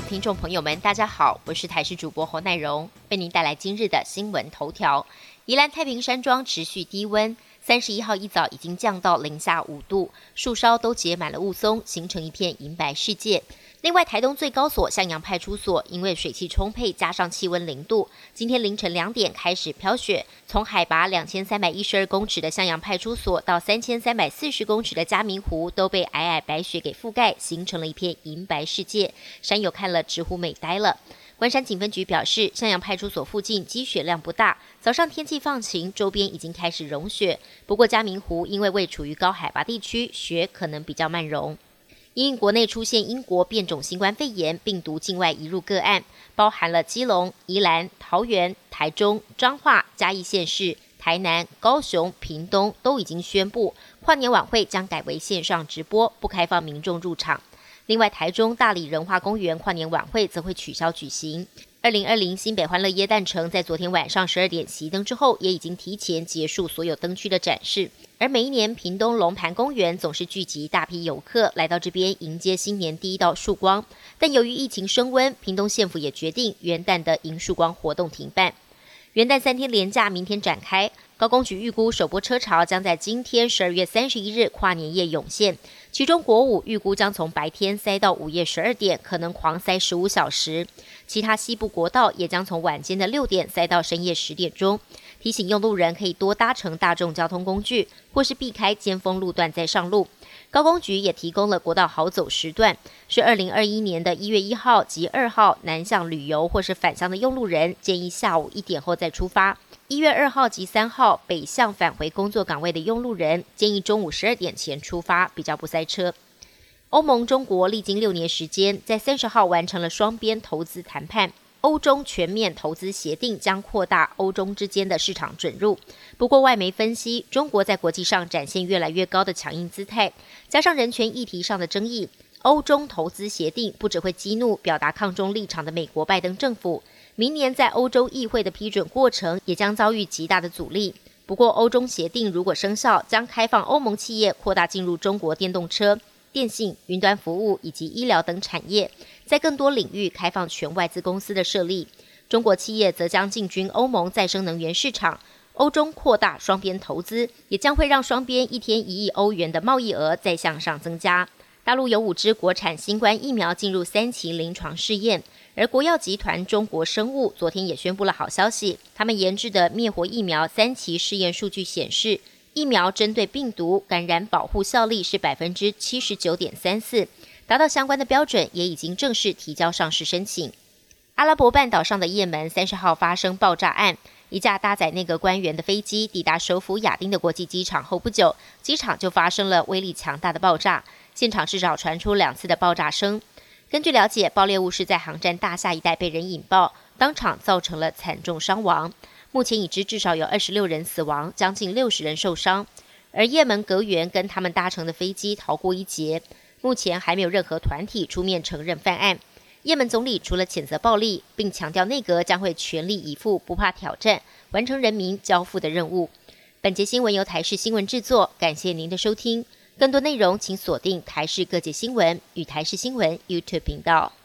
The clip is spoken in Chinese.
听众朋友们，大家好，我是台视主播侯乃荣，为您带来今日的新闻头条。宜兰太平山庄持续低温，31号一早已经降到零下5度，树梢都结满了雾凇，形成一片银白世界。另外，台东最高所向阳派出所因为水汽充沛，加上气温0度，今天凌晨2点开始飘雪。从海拔2312公尺的向阳派出所到3340公尺的嘉明湖，都被皑皑白雪给覆盖，形成了一片银白世界，山友看了直呼美呆了。关山警分局表示，向阳派出所附近积雪量不大，早上天气放晴，周边已经开始融雪。不过嘉明湖因为位处于高海拔地区，雪可能比较慢融。因国内出现英国变种新冠肺炎病毒境外移入个案，包含了基隆、宜兰、桃园、台中、彰化、嘉义县市、台南、高雄、屏东都已经宣布，跨年晚会将改为线上直播，不开放民众入场。另外，台中大里仁化公园跨年晚会则会取消举行。2020新北欢乐耶诞城在昨天晚上12点熄灯之后，也已经提前结束所有灯区的展示。而每一年屏东龙盘公园总是聚集大批游客来到这边迎接新年第一道曙光，但由于疫情升温，屏东县府也决定元旦的迎曙光活动停办。元旦3天连假明天展开，高公局预估首波车潮将在今天12月31日跨年夜涌现，其中国五预估将从白天塞到午夜12点，可能狂塞15小时。其他西部国道也将从晚间的6点塞到深夜10点钟。提醒用路人可以多搭乘大众交通工具，或是避开尖峰路段再上路。高公局也提供了国道好走时段，是2021年的1月1号及2号南向旅游或是返乡的用路人，建议下午1点后再出发。1月2号及3号北向返回工作岗位的用路人，建议中午12点前出发，比较不塞车。欧盟中国历经6年时间，在30号完成了双边投资谈判。欧中全面投资协定将扩大欧中之间的市场准入。不过，外媒分析，中国在国际上展现越来越高的强硬姿态，加上人权议题上的争议，欧中投资协定不只会激怒表达抗中立场的美国拜登政府，明年在欧洲议会的批准过程也将遭遇极大的阻力。不过，欧中协定如果生效，将开放欧盟企业扩大进入中国电动车、电信、云端服务以及医疗等产业，在更多领域开放全外资公司的设立。中国企业则将进军欧盟再生能源市场，欧中扩大双边投资，也将会让双边一天1亿欧元的贸易额再向上增加。大陆有5支国产新冠疫苗进入3期临床试验，而国药集团中国生物昨天也宣布了好消息，他们研制的灭活疫苗3期试验数据显示，疫苗针对病毒感染保护效力是 79.34%， 达到相关的标准，也已经正式提交上市申请。阿拉伯半岛上的也门30号发生爆炸案，一架搭载内阁官员的飞机抵达首府亚丁的国际机场后不久，机场就发生了威力强大的爆炸，现场至少传出2次的爆炸声。根据了解，爆裂物是在航站大厦一带被人引爆，当场造成了惨重伤亡。目前已知至少有26人死亡，将近60人受伤，而也门阁员跟他们搭乘的飞机逃过一劫。目前还没有任何团体出面承认犯案。也门总理除了谴责暴力，并强调内阁将会全力以赴，不怕挑战，完成人民交付的任务。本节新闻由台视新闻制作，感谢您的收听。更多内容请锁定台视各界新闻与台视新闻 YouTube 频道。